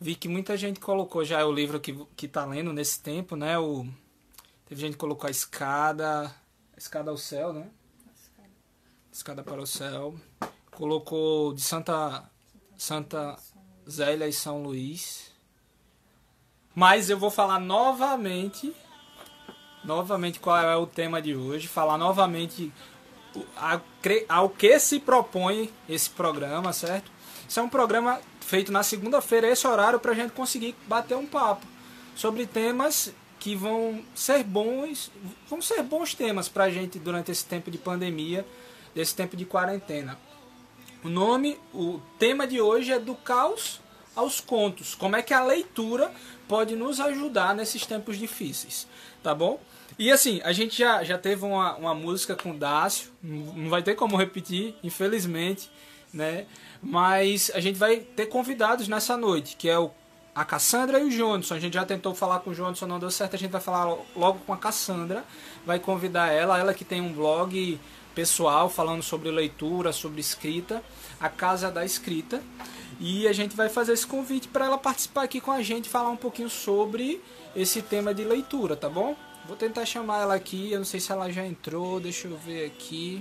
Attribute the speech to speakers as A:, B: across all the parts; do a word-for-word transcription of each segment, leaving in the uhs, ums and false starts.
A: vi que muita gente colocou já o livro que, que tá lendo nesse tempo, né? O, teve gente que colocou a escada, a escada ao céu, né? Escada para o céu. Colocou de Santa, Santa Zélia e São Luís. Mas eu vou falar novamente, novamente qual é o tema de hoje, falar novamente ao que se propõe esse programa, certo? Isso é um programa feito na segunda-feira, esse horário, para a gente conseguir bater um papo sobre temas que vão ser bons, vão ser bons temas para a gente durante esse tempo de pandemia, desse tempo de quarentena. O nome, o tema de hoje é do caos aos contos. Como é que a leitura pode nos ajudar nesses tempos difíceis, tá bom? E assim, a gente já, já teve uma, uma música com o Dácio, não vai ter como repetir, infelizmente, né? Mas a gente vai ter convidados nessa noite, que é o, a Cassandra e o Johnson. A gente já tentou falar com o Johnson, não deu certo, a gente vai falar logo com a Cassandra, vai convidar ela, ela que tem um blog pessoal falando sobre leitura, sobre escrita, a Casa da Escrita, e a gente vai fazer esse convite para ela participar aqui com a gente, falar um pouquinho sobre esse tema de leitura, tá bom? Vou tentar chamar ela aqui, eu não sei se ela já entrou, deixa eu ver aqui.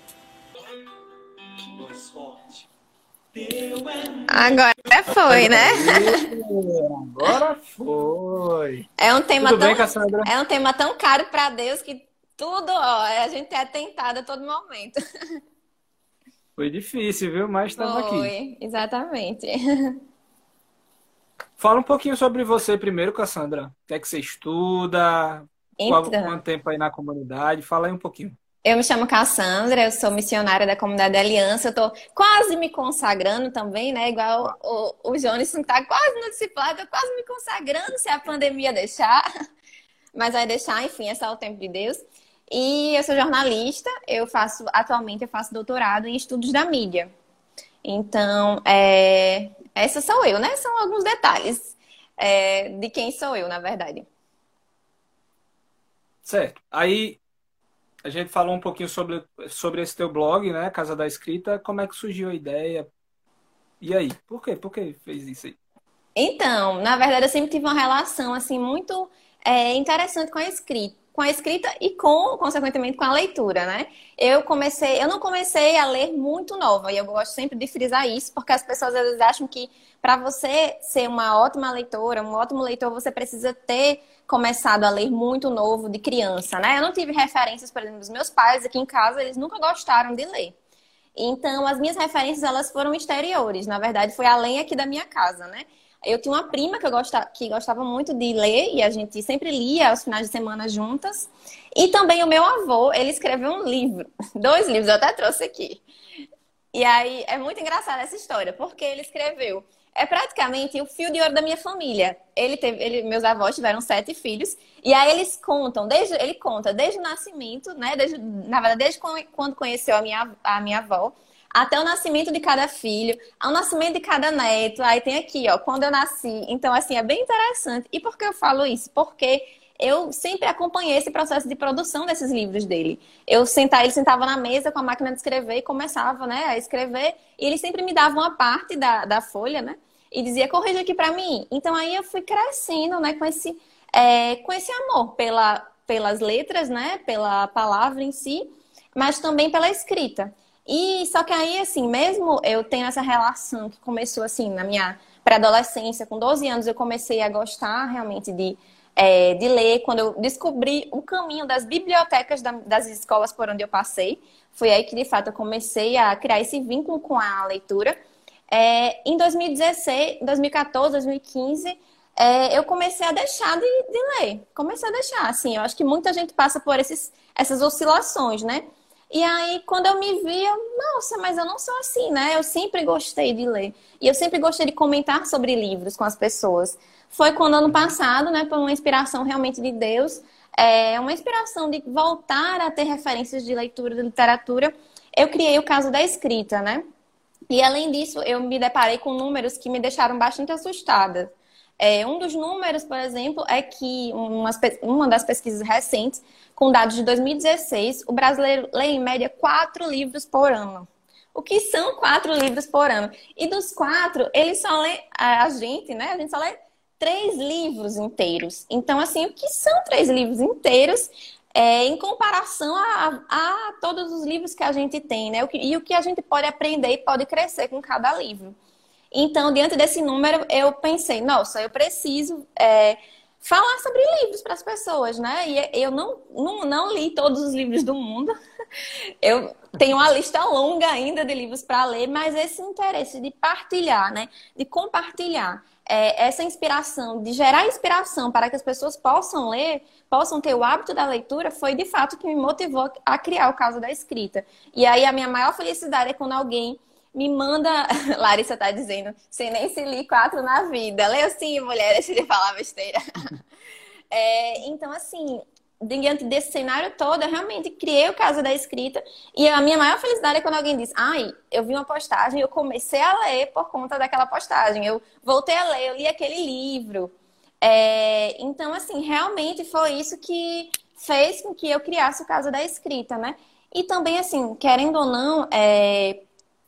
B: Agora foi, né?
A: Agora foi.
B: É um tema
A: Tudo
B: tão,
A: bem, Cassandra?
B: é um tema tão caro para Deus que tudo, ó, a gente é tentado a todo momento.
A: Foi difícil, viu? Mas estamos aqui.
B: Foi, exatamente.
A: Fala um pouquinho sobre você primeiro, Cassandra. O que é que você estuda? Qual,
B: Então,
A: quanto tempo aí na comunidade? Fala aí um pouquinho.
B: eu me chamo Cassandra, eu sou missionária da Comunidade da Aliança, eu tô quase me consagrando também, né? Igual o, o Jones tá quase no discipulado, eu tô quase me consagrando se a pandemia deixar. Mas vai deixar, enfim, é só o tempo de Deus. E eu sou jornalista, eu faço, atualmente eu faço doutorado em estudos da mídia. Então, é, essa sou eu, né? São alguns detalhes é, de quem sou eu, na verdade.
A: Certo. Aí a gente falou um pouquinho sobre, sobre esse teu blog, né? Casa da Escrita. Como é que surgiu a ideia? E aí? Por quê? Por que fez isso aí?
B: Então, na verdade, eu sempre tive uma relação assim muito é, interessante com a escrita, com a escrita e com, consequentemente, com a leitura, né? Eu comecei, eu não comecei a ler muito nova, e eu gosto sempre de frisar isso, porque as pessoas às vezes acham que para você ser uma ótima leitora, um ótimo leitor, você precisa ter começado a ler muito novo de criança, né? Eu não tive referências, por exemplo, dos meus pais aqui em casa, eles nunca gostaram de ler. Então, as minhas referências, elas foram exteriores. Na verdade, foi além aqui da minha casa, né? Eu tinha uma prima que, eu gostava, que gostava muito de ler e a gente sempre lia aos finais de semana juntas. E também o meu avô, ele escreveu um livro, dois livros, eu até trouxe aqui. E aí, é muito engraçada essa história, porque ele escreveu. É praticamente o fio de ouro da minha família. Ele teve, ele, meus avós tiveram sete filhos, e aí eles contam, desde, ele conta desde o nascimento, né? Desde, na verdade, desde quando conheceu a minha, a minha avó, até o nascimento de cada filho, ao nascimento de cada neto. Aí tem aqui, ó, quando eu nasci. Então, assim, é bem interessante. E por que eu falo isso? Porque eu sempre acompanhei esse processo de produção desses livros dele. Eu sentava, ele sentava na mesa com a máquina de escrever e começava, né, a escrever. E ele sempre me dava uma parte da, da folha, né? E dizia, corrija aqui pra mim. Então, aí eu fui crescendo, né, com esse, é, com esse amor pela, pelas letras, né, pela palavra em si, mas também pela escrita. E só que aí, assim, mesmo eu tenho essa relação que começou, assim, na minha pré-adolescência, com doze anos, eu comecei a gostar realmente de, é, de ler, quando eu descobri o caminho das bibliotecas da, das escolas por onde eu passei. Foi aí que, de fato, eu comecei a criar esse vínculo com a leitura. É, em dois mil e dezesseis, dois mil e quatorze, dois mil e quinze, é, eu comecei a deixar de, de ler. Comecei a deixar, assim, eu acho que muita gente passa por esses, essas oscilações, né? E aí, quando eu me vi, eu, nossa, mas eu não sou assim, né? Eu sempre gostei de ler. E eu sempre gostei de comentar sobre livros com as pessoas. Foi quando, ano passado, né, por uma inspiração realmente de Deus, é, uma inspiração de voltar a ter referências de leitura, de literatura, eu criei o Caso da Escrita, né? E, além disso, eu me deparei com números que me deixaram bastante assustada. É, um dos números, por exemplo, é que uma, uma das pesquisas recentes, com dados de dois mil e dezesseis, o brasileiro lê em média quatro livros por ano. o que são quatro livros por ano. E dos quatro, eles só lê, a gente, né? A gente só lê três livros inteiros. Então, assim, o que são três livros inteiros é, em comparação a, a todos os livros que a gente tem, né? O que, e o que a gente pode aprender e pode crescer com cada livro. Então, diante desse número, eu pensei, nossa, eu preciso é, falar sobre livros para as pessoas, né? E eu não, não, não li todos os livros do mundo. Eu tenho uma lista longa ainda de livros para ler, mas esse interesse de partilhar, né? De compartilhar é, essa inspiração, de gerar inspiração para que as pessoas possam ler, possam ter o hábito da leitura, foi de fato que me motivou a criar o Casa da Escrita. E aí a minha maior felicidade é quando alguém me manda... Larissa tá dizendo, sem nem se li quatro na vida. Leu sim, mulher, deixa de falar besteira. É, então, assim, diante desse cenário todo, eu realmente criei o Casa da Escrita. E a minha maior felicidade é quando alguém diz, ai, eu vi uma postagem e eu comecei a ler por conta daquela postagem. Eu voltei a ler, eu li aquele livro. É, então, assim, realmente foi isso que fez com que eu criasse o Casa da Escrita, né? E também, assim, querendo ou não... É,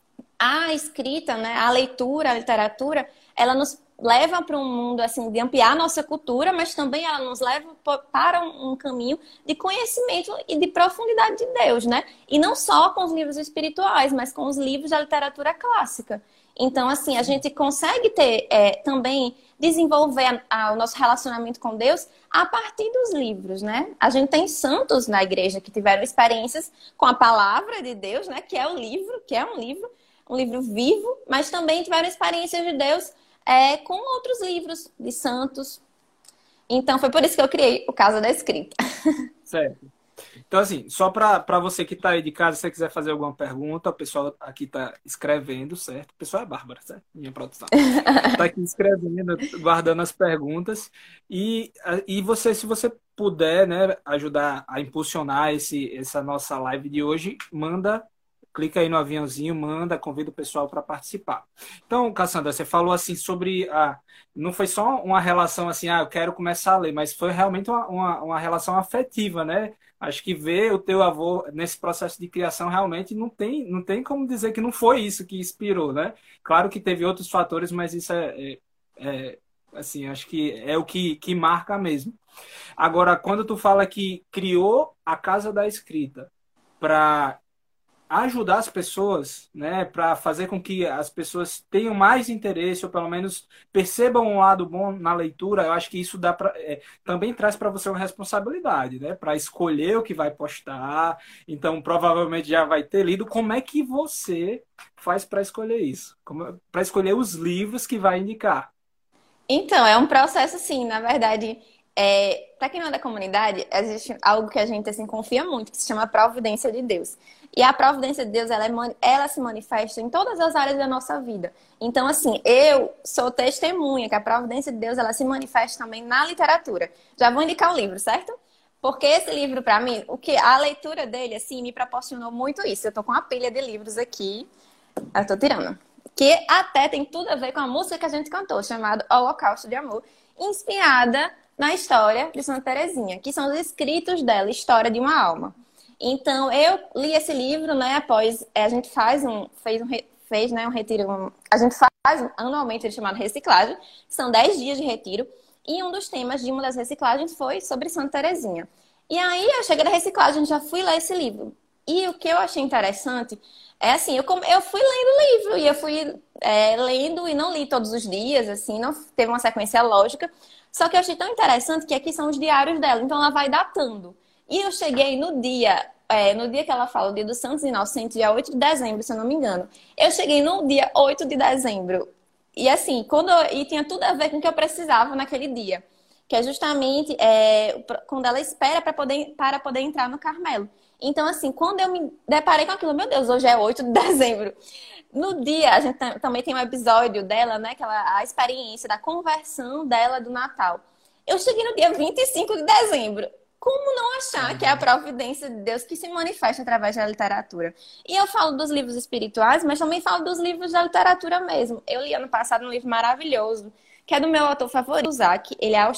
B: a escrita, né, a leitura, a literatura, ela nos leva para um mundo assim de ampliar a nossa cultura, mas também ela nos leva para um caminho de conhecimento e de profundidade de Deus, né? E não só com os livros espirituais, mas com os livros da literatura clássica. Então, assim, a gente consegue ter é, também desenvolver a, a, o nosso relacionamento com Deus a partir dos livros, né? A gente tem santos na igreja que tiveram experiências com a palavra de Deus, né? Que é o livro, que é um livro um livro vivo, mas também tiveram experiências de Deus é, com outros livros de santos. Então, foi por isso que eu criei o Casa da Escrita.
A: Certo. Então, assim, só para você que está aí de casa, se você quiser fazer alguma pergunta, o pessoal aqui está escrevendo, certo? O pessoal é Bárbara, certo? Minha produção. Está aqui escrevendo, guardando as perguntas. E, e você, se você puder, né, ajudar a impulsionar esse, essa nossa live de hoje, manda... Clica aí no aviãozinho, manda, convida o pessoal para participar. Então, Cassandra, você falou assim sobre... A, não foi só uma relação assim, ah, eu quero começar a ler, mas foi realmente uma, uma, uma relação afetiva, né? Acho que ver o teu avô nesse processo de criação realmente não tem, não tem como dizer que não foi isso que inspirou, né? Claro que teve outros fatores, mas isso é, é, é assim, acho que é o que, que marca mesmo. Agora, quando tu fala que criou a Casa da Escrita para ajudar as pessoas, né, para fazer com que as pessoas tenham mais interesse ou pelo menos percebam um lado bom na leitura, eu acho que isso dá pra, é, também traz para você uma responsabilidade, né, para escolher o que vai postar. Então, provavelmente já vai ter lido. Como é que você faz para escolher isso? Para escolher os livros que vai indicar?
B: Então, é um processo assim, na verdade. É, para quem não é da comunidade, existe algo que a gente assim, confia muito, que se chama providência de Deus. E a providência de Deus, ela, é, ela se manifesta em todas as áreas da nossa vida. Então, assim, eu sou testemunha que a providência de Deus, ela se manifesta também na literatura. Já vou indicar um livro, certo? Porque esse livro, para mim, o que a leitura dele, assim, me proporcionou muito isso. Eu tô com uma pilha de livros aqui, eu tô tirando. Que até tem tudo a ver com a música que a gente cantou, chamada Holocausto de Amor, inspirada na história de Santa Teresinha, que são os escritos dela, História de uma Alma. Então, eu li esse livro, né, após, a gente faz um, fez um, fez, né, um retiro, um, a gente faz anualmente ele chamado reciclagem, são dez dias de retiro, e um dos temas de uma das reciclagens foi sobre Santa Teresinha. E aí, eu cheguei da reciclagem, já fui ler esse livro. E o que eu achei interessante é assim, eu, eu fui lendo o livro, e eu fui é, lendo e não li todos os dias, assim, não teve uma sequência lógica. Só que eu achei tão interessante que aqui são os diários dela, então ela vai datando. E eu cheguei no dia, é, no dia que ela fala, o dia dos Santos Inocentes, dia oito de dezembro, se eu não me engano. Eu cheguei no dia oito de dezembro. E assim, quando eu, e tinha tudo a ver com o que eu precisava naquele dia. Que é justamente é, quando ela espera para poder, para poder entrar no Carmelo. Então, assim, quando eu me deparei com aquilo, meu Deus, hoje é oito de dezembro. No dia, a gente também tem um episódio dela, né? Que ela, a experiência da conversão dela do Natal. Eu cheguei no dia vinte e cinco de dezembro. Como não achar que é a providência de Deus que se manifesta através da literatura? E eu falo dos livros espirituais, mas também falo dos livros da literatura mesmo. Eu li ano passado um livro maravilhoso, que é do meu autor favorito, Isaac. Ele é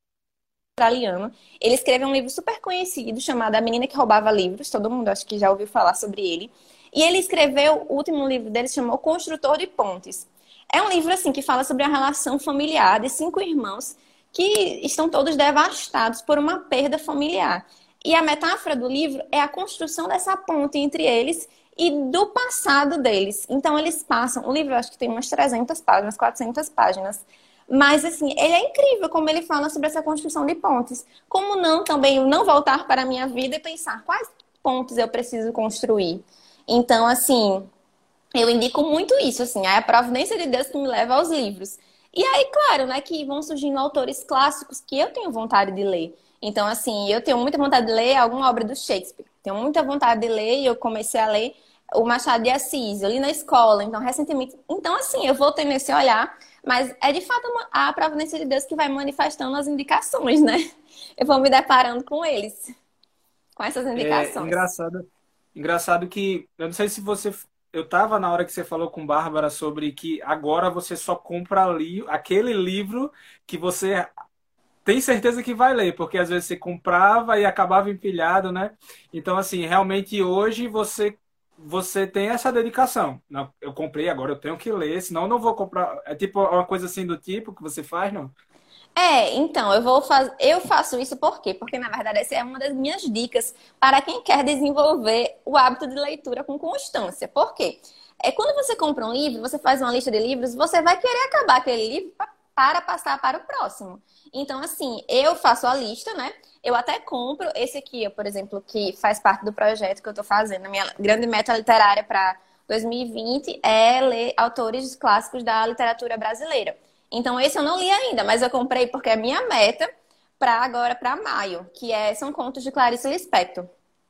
B: australiano. Ele escreveu um livro super conhecido chamado A Menina que Roubava Livros. Todo mundo acho que já ouviu falar sobre ele. E ele escreveu, o último livro dele se chamou Construtor de Pontes. É um livro assim que fala sobre a relação familiar de cinco irmãos que estão todos devastados por uma perda familiar. E a metáfora do livro é a construção dessa ponte entre eles e do passado deles. Então eles passam, o livro eu acho que tem umas trezentas páginas, quatrocentas páginas. Mas, assim, ele é incrível como ele fala sobre essa construção de pontes. Como não também não voltar para a minha vida e pensar quais pontes eu preciso construir. Então, assim, eu indico muito isso, assim, é a providência de Deus que me leva aos livros. E aí, claro, né, que vão surgindo autores clássicos que eu tenho vontade de ler. Então, assim, eu tenho muita vontade de ler alguma obra do Shakespeare. Tenho muita vontade de ler e eu comecei a ler o Machado de Assis. Eu li na escola, então, recentemente... Então, assim, eu vou tendo esse olhar... Mas é de fato a providência de Deus que vai manifestando as indicações, né? Eu vou me deparando com eles, com essas indicações.
A: É engraçado, engraçado que, eu não sei se você... Eu tava na hora que você falou com Bárbara sobre que agora você só compra ali aquele livro que você tem certeza que vai ler, porque às vezes você comprava e acabava empilhado, né? Então, assim, realmente hoje você... Você tem essa dedicação. Não, eu comprei, agora eu tenho que ler, senão eu não vou comprar. É tipo uma coisa assim do tipo que você faz, não?
B: É, então, eu vou faz... eu faço isso por quê? Porque, na verdade, essa é uma das minhas dicas para quem quer desenvolver o hábito de leitura com constância. Por quê? É quando você compra um livro, você faz uma lista de livros, você vai querer acabar aquele livro para passar para o próximo. Então, assim, eu faço a lista, né? Eu até compro esse aqui, por exemplo, que faz parte do projeto que eu estou fazendo. A minha grande meta literária para dois mil e vinte é ler autores clássicos da literatura brasileira. Então, esse eu não li ainda, mas eu comprei porque é minha meta para agora, para maio, que é, são contos de Clarice Lispector.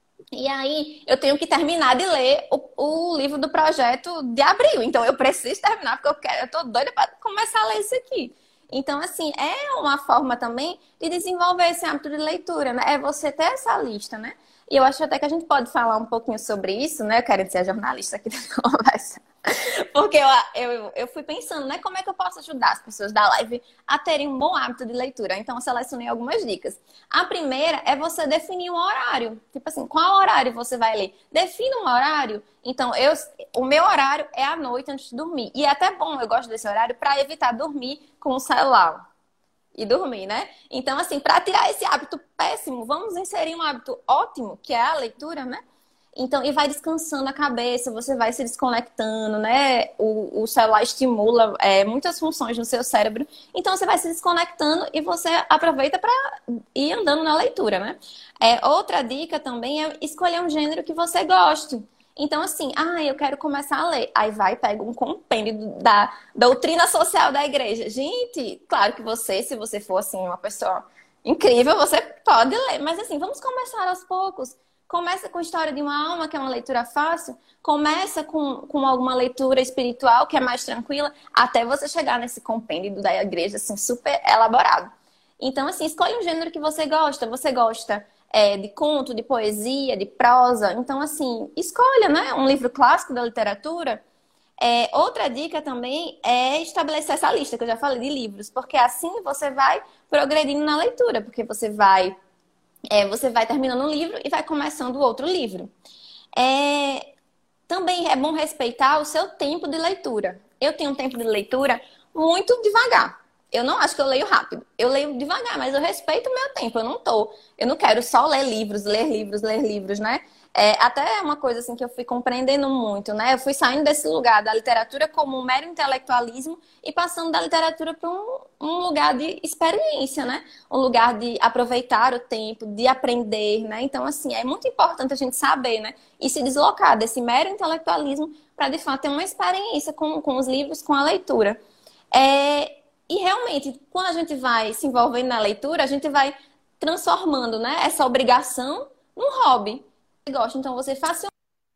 B: E aí, eu tenho que terminar de ler o, o livro do projeto de abril. Então, eu preciso terminar, porque eu quero, eu tô doida para começar a ler isso aqui. Então, assim, é uma forma também de desenvolver esse hábito de leitura, né? É você ter essa lista, né? E eu acho até que a gente pode falar um pouquinho sobre isso, né? Eu quero ser a jornalista aqui da conversa. Porque eu, eu, eu fui pensando, né? Como é que eu posso ajudar as pessoas da live a terem um bom hábito de leitura? Então, eu selecionei algumas dicas. A primeira é você definir um horário. Tipo assim, qual horário você vai ler? Defina um horário. Então, eu, o meu horário é à noite antes de dormir. E é até bom, eu gosto desse horário para evitar dormir com o celular. E dormir, né? Então, assim, para tirar esse hábito péssimo, vamos inserir um hábito ótimo, que é a leitura, né? Então, e vai descansando a cabeça, você vai se desconectando, né? O, o celular estimula é, muitas funções no seu cérebro. Então, você vai se desconectando e você aproveita para ir andando na leitura, né? É, outra dica também é escolher um gênero que você goste. Então, assim, ah, eu quero começar a ler. Aí vai e pega um compêndio da doutrina social da igreja. Gente, claro que você, se você for, assim, uma pessoa incrível, você pode ler. Mas, assim, vamos começar aos poucos. Começa com História de uma Alma, que é uma leitura fácil. Começa com, com alguma leitura espiritual, que é mais tranquila, até você chegar nesse compêndio da igreja, assim, super elaborado. Então, assim, escolhe um gênero que você gosta. Você gosta é, de conto, de poesia, de prosa. Então, assim, escolha, né? Um livro clássico da literatura. É, outra dica também é estabelecer essa lista, que eu já falei, de livros. Porque assim você vai progredindo na leitura. Porque você vai... É, você vai terminando um livro e vai começando outro livro. É, também é bom respeitar o seu tempo de leitura. Eu tenho um tempo de leitura muito devagar. Eu não acho que eu leio rápido. Eu leio devagar, mas eu respeito o meu tempo. Eu não tô, eu não quero só ler livros, ler livros, ler livros, né? É, até é uma coisa assim que eu fui compreendendo muito, né? Eu fui saindo desse lugar da literatura como um mero intelectualismo e passando da literatura para um, um lugar de experiência, né? Um lugar de aproveitar o tempo, de aprender, né? Então, assim, é muito importante a gente saber, né? E se deslocar desse mero intelectualismo para, de fato, ter uma experiência com, com os livros, com a leitura. É, e, realmente, quando a gente vai se envolvendo na leitura, a gente vai transformando, né? Essa obrigação num hobby. Gosta, então você facilmente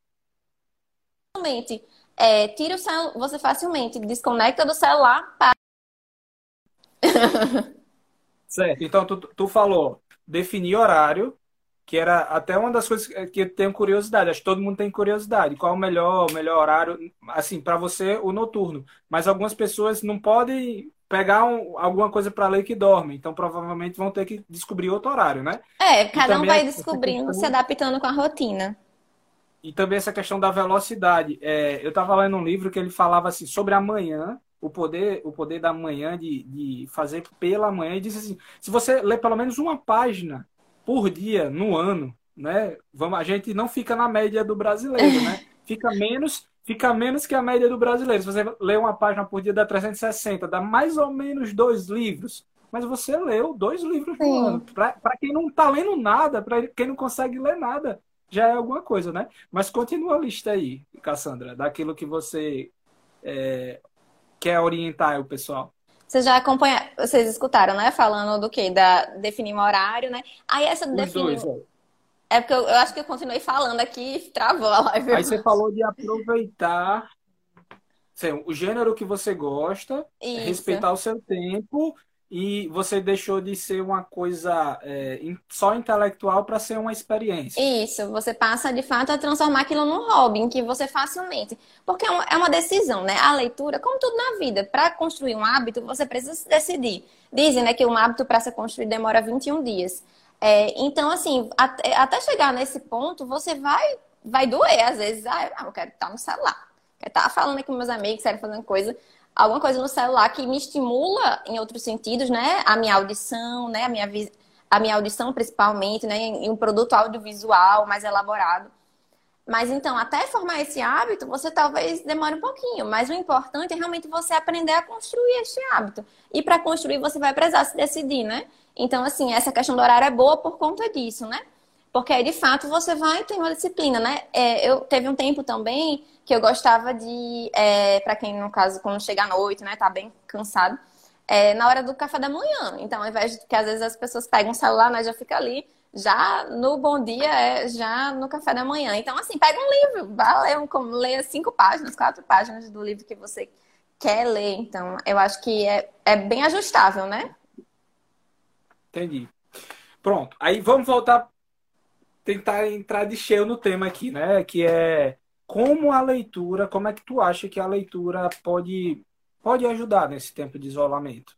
B: é, tira o celu... você facilmente desconecta do celular para...
A: Certo. Então, tu, tu falou definir horário, que era até uma das coisas que eu tenho curiosidade. Acho que todo mundo tem curiosidade. Qual é o melhor, o melhor horário? Assim, para você, o noturno. Mas algumas pessoas não podem pegar um, alguma coisa para ler que dorme. Então, provavelmente vão ter que descobrir outro horário, né?
B: É,
A: E
B: cada um
A: também
B: vai
A: essa
B: descobrindo, se
A: questão...
B: adaptando com a rotina.
A: e também essa questão da velocidade. É, eu estava lendo um livro que ele falava assim, sobre a manhã, o poder, o poder da manhã de, de fazer pela manhã, e disse assim, se você ler pelo menos uma página por dia no ano, né? Vamos, a gente não fica na média do brasileiro, né? Fica menos, fica menos que a média do brasileiro. Se você ler uma página por dia dá trezentos e sessenta, dá mais ou menos dois livros. Mas você leu dois livros no ano.
B: Sim.
A: Para quem não está lendo nada, para quem não consegue ler nada, já é alguma coisa, né? Mas continua a lista aí, Cassandra, daquilo que você é, quer orientar o pessoal.
B: Vocês já acompanharam, vocês escutaram, né? Falando do quê? Da definir um horário, né? Aí essa de
A: Os
B: definir.
A: dois, ó.
B: É porque eu, eu acho que eu continuei falando aqui e travou a live.
A: Aí você falou de aproveitar, assim, o gênero que você gosta,
B: Isso.
A: respeitar o seu tempo, e você deixou de ser uma coisa é, in- só intelectual para ser uma experiência.
B: Isso, você passa de fato a transformar aquilo num hobby, em que você facilmente. Porque é uma, é uma decisão, né? A leitura, como tudo na vida, para construir um hábito, você precisa se decidir. Dizem, né, que um hábito para ser construído demora vinte e um dias. É, então, assim, até, até chegar nesse ponto, você vai, vai doer. Às vezes, ah, eu quero estar no celular. Quero estar falando aqui com meus amigos, quero fazer uma coisa, alguma coisa no celular que me estimula em outros sentidos, né? A minha audição, né? A minha visão a minha audição principalmente, né, em um produto audiovisual mais elaborado. Mas então, até formar esse hábito, você talvez demore um pouquinho, mas o importante é realmente você aprender a construir este hábito. E para construir, você vai precisar se decidir, né? Então, assim, essa questão do horário é boa por conta disso, né? Porque aí, de fato, você vai ter uma disciplina, né? É, eu teve um tempo também que eu gostava de, é, para quem, no caso, quando chega à noite, né, tá bem cansado, é, na hora do café da manhã. Então, ao invés de que às vezes as pessoas pegam o celular, né, já fica ali, já no bom dia, é já no café da manhã. Então, assim, pega um livro, vá ler, um, como, leia cinco páginas, quatro páginas do livro que você quer ler. Então, eu acho que é, é bem ajustável, né?
A: Entendi. Pronto. Aí vamos voltar, tentar entrar de cheio no tema aqui, né? Que é como a leitura, como é que tu acha que a leitura pode, pode ajudar nesse tempo de isolamento?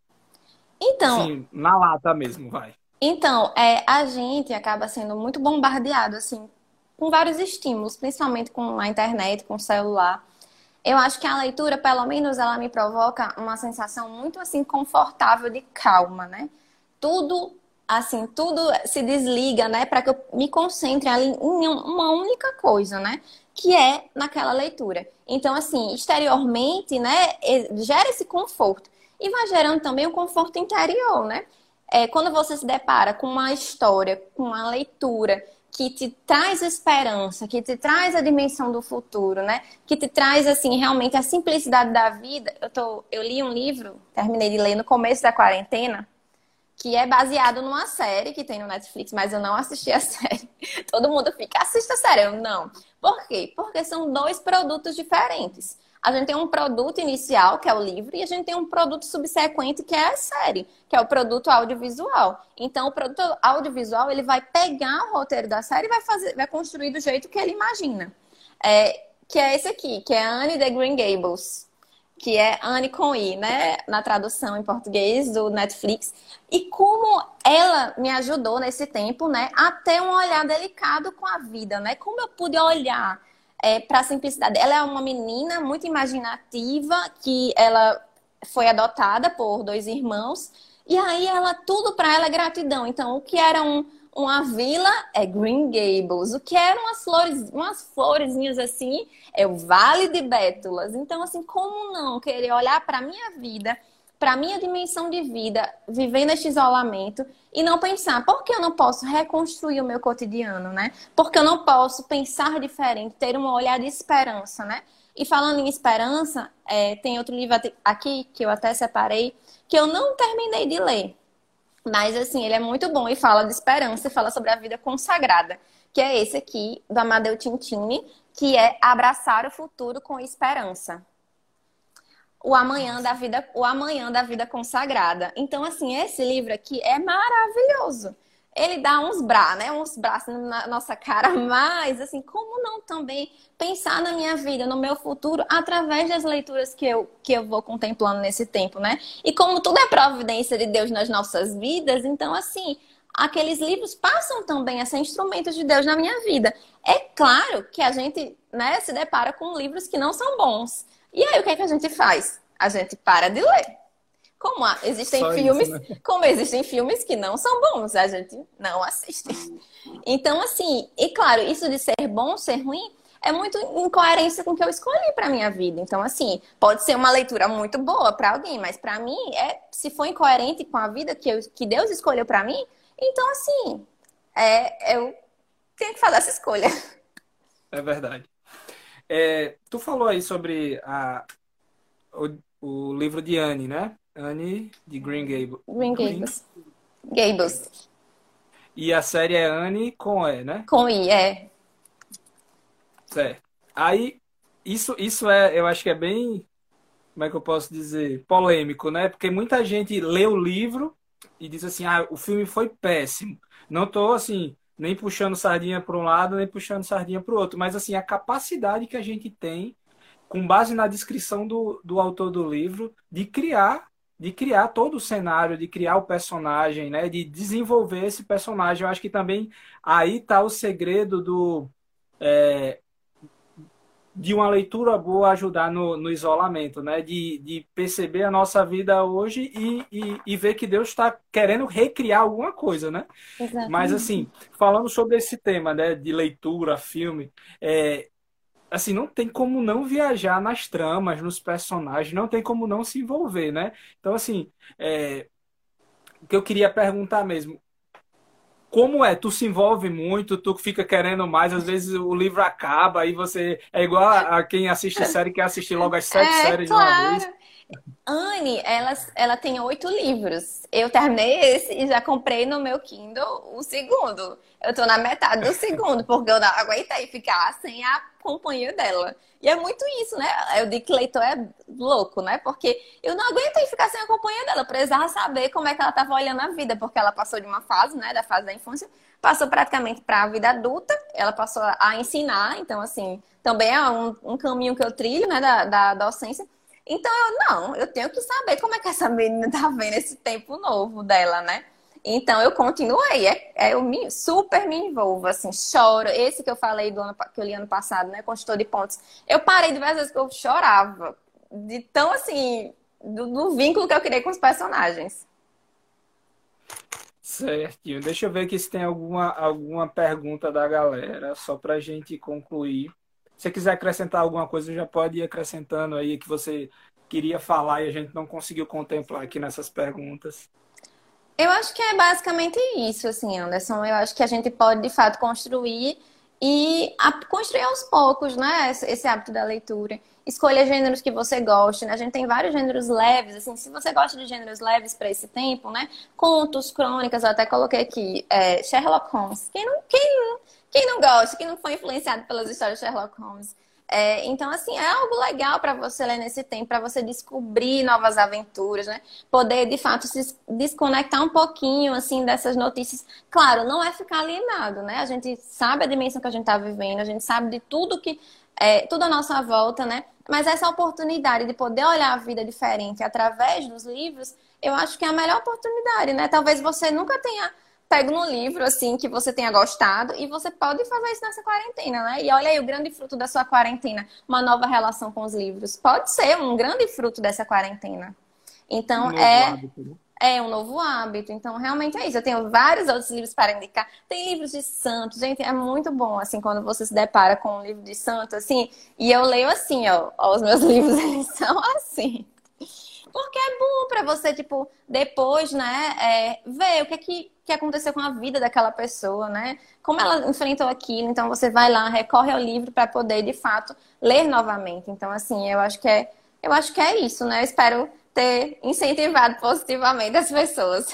B: Então,
A: Assim, na lata mesmo, vai.
B: Então, é, a gente acaba sendo muito bombardeado, assim, com vários estímulos, principalmente com a internet, com o celular. Eu acho que a leitura, pelo menos, ela me provoca uma sensação muito, assim, confortável de calma, né? Tudo, assim, tudo se desliga, né? Para que eu me concentre ali em uma única coisa, né? Que é naquela leitura. Então, assim, exteriormente, né? Gera esse conforto. E vai gerando também um conforto interior, né? É, quando você se depara com uma história, com uma leitura que te traz esperança, que te traz a dimensão do futuro, né? Que te traz, assim, realmente a simplicidade da vida. Eu, tô, eu li um livro, terminei de ler no começo da quarentena, que é baseado numa série que tem no Netflix, mas eu não assisti a série. Todo mundo fica, assista a série. Eu não. Por quê? Porque são dois produtos diferentes. A gente tem um produto inicial, que é o livro, e a gente tem um produto subsequente, que é a série, que é o produto audiovisual. Então, o produto audiovisual, ele vai pegar o roteiro da série e vai, fazer, vai construir do jeito que ele imagina. É, que é esse aqui, que é Anne the Green Gables, que é Anne com I, né? Na tradução em português do Netflix. E como ela me ajudou nesse tempo, né? A ter um olhar delicado com a vida, né? Como eu pude olhar é, para a simplicidade. Ela é uma menina muito imaginativa, que ela foi adotada por dois irmãos. E aí ela, tudo para ela é gratidão. Então, o que era um, uma vila é Green Gables. O que eram umas flores, umas florezinhas assim, é o Vale de Bétulas. Então, assim, como não querer olhar para a minha vida, para a minha dimensão de vida, vivendo este isolamento, e não pensar, por que eu não posso reconstruir o meu cotidiano, né? Porque eu não posso pensar diferente, ter um olhar de esperança, né? E falando em esperança, é, tem outro livro aqui que eu até separei, que eu não terminei de ler. Mas, assim, ele é muito bom e fala de esperança e fala sobre a vida consagrada, que é esse aqui, do Amadeu Tintini, que é Abraçar o Futuro com Esperança. O amanhã da vida, o amanhã da vida consagrada. Então, assim, esse livro aqui é maravilhoso. Ele dá uns braços, né? Uns braços na nossa cara, mas, assim, como não também pensar na minha vida, no meu futuro, através das leituras que eu, que eu vou contemplando nesse tempo, né? E como tudo é providência de Deus nas nossas vidas, então, assim, aqueles livros passam também a ser instrumentos de Deus na minha vida. É claro que a gente, né, se depara com livros que não são bons. E aí, o que é que a gente faz? A gente para de ler. Como há- existem
A: Só
B: filmes,
A: isso, né?
B: como existem filmes que não são bons, a gente não assiste. Então, assim, e claro, isso de ser bom, ser ruim, é muito em coerência com o que eu escolhi para minha vida. Então, assim, pode ser uma leitura muito boa para alguém, mas para mim, é, se for incoerente com a vida que, eu, que Deus escolheu para mim, então, assim, é, eu tenho que fazer essa escolha.
A: É verdade. É, tu falou aí sobre a, o, o livro de Anne, né? Anne de Green Gable.
B: Green
A: Green?
B: Gables. Gables.
A: E a série é Anne com E, né?
B: Com I, é.
A: Certo. Aí, isso, isso é, eu acho que é bem, como é que eu posso dizer, polêmico, né? Porque muita gente lê o livro e diz assim, ah, o filme foi péssimo. Não tô, assim, nem puxando sardinha para um lado, nem puxando sardinha para o outro, mas, assim, a capacidade que a gente tem, com base na descrição do, do autor do livro, de criar, de criar todo o cenário, de criar o personagem, né? De desenvolver esse personagem. Eu acho que também aí tá o segredo do de uma leitura boa ajudar no, no isolamento, né? De, de perceber a nossa vida hoje e, e, e ver que Deus está querendo recriar alguma coisa, né? Mas,
B: Exatamente.
A: assim, falando sobre esse tema, né? De leitura, filme, é, assim, não tem como não viajar nas tramas, nos personagens, não tem como não se envolver, né? Então, assim, é, o que eu queria perguntar mesmo, como é? Tu se envolve muito, tu fica querendo mais, às vezes o livro acaba, aí você é igual a a quem assiste série, quer assistir logo as sete
B: É,
A: séries de uma vez.
B: claro. Anne, ela, ela tem oito livros. Eu terminei esse e já comprei no meu Kindle o segundo. Eu tô na metade do segundo, porque eu não aguentei ficar sem a companhia dela. E é muito isso, né? Eu digo que leitor é louco, né? Porque eu não aguentei ficar sem a companhia dela. Eu precisava saber como é que ela tava olhando a vida, porque ela passou de uma fase, né? Da fase da infância, passou praticamente para a vida adulta. Ela passou a ensinar, então, assim, também é um, um caminho que eu trilho, né? Da, da docência. Então, eu não, eu tenho que saber como é que essa menina tá vendo esse tempo novo dela, né? Então, eu continuei, é, é, eu me, super me envolvo, assim, choro. Esse que eu falei do ano, pa- que eu li ano passado, né, Construtor de Pontes, eu parei diversas vezes que eu chorava, de tão, assim, do, do vínculo que eu criei com os personagens.
A: Certinho. Deixa eu ver aqui se tem alguma, alguma pergunta da galera, só para a gente concluir. Se você quiser acrescentar alguma coisa, já pode ir acrescentando aí que você queria falar e a gente não conseguiu contemplar aqui nessas perguntas.
B: Eu acho que é basicamente isso, assim, Anderson. Eu acho que a gente pode, de fato, construir e a- construir aos poucos, né? Esse, esse hábito da leitura. Escolha gêneros que você goste, né? A gente tem vários gêneros leves, assim, se você gosta de gêneros leves para esse tempo, né? Contos, crônicas, eu até coloquei aqui, é, Sherlock Holmes. Quem não, quem, quem não gosta, quem não foi influenciado pelas histórias de Sherlock Holmes? É, então, assim, é algo legal para você ler nesse tempo, para você descobrir novas aventuras, né? Poder, de fato, se desconectar um pouquinho, assim, dessas notícias. Claro, não é ficar alienado, né? A gente sabe a dimensão que a gente está vivendo, a gente sabe de tudo que... É, tudo à nossa volta, né? Mas essa oportunidade de poder olhar a vida diferente através dos livros, eu acho que é a melhor oportunidade, né? Talvez você nunca tenha pego no livro, assim, que você tenha gostado, e você pode fazer isso nessa quarentena, né? E olha aí o grande fruto da sua quarentena, uma nova relação com os livros. Pode ser um grande fruto dessa quarentena.
A: Um
B: Então,
A: novo
B: é,
A: hábito, né?
B: é um novo hábito. Então, realmente é isso. Eu tenho vários outros livros para indicar. Tem livros de santos. Gente, é muito bom, assim, quando você se depara com um livro de santo, assim. E eu leio assim, ó. Ó, os meus livros, eles são assim. Porque é bom pra você, tipo, depois, né, é, ver o que, é que, que aconteceu com a vida daquela pessoa, né? Como ela enfrentou aquilo. Então, você vai lá, recorre ao livro para poder, de fato, ler novamente. Então, assim, eu acho que é, eu acho que é isso, né? Eu espero ter incentivado positivamente as pessoas.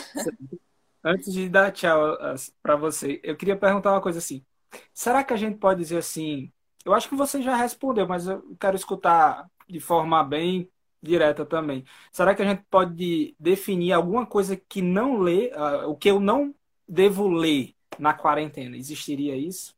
A: Antes de dar tchau para você, eu queria perguntar uma coisa assim. Será que a gente pode dizer assim? Eu acho que você já respondeu, mas eu quero escutar de forma bem direta também. Será que a gente pode definir alguma coisa que não lê, ah, o que eu não devo ler na quarentena? Existiria isso?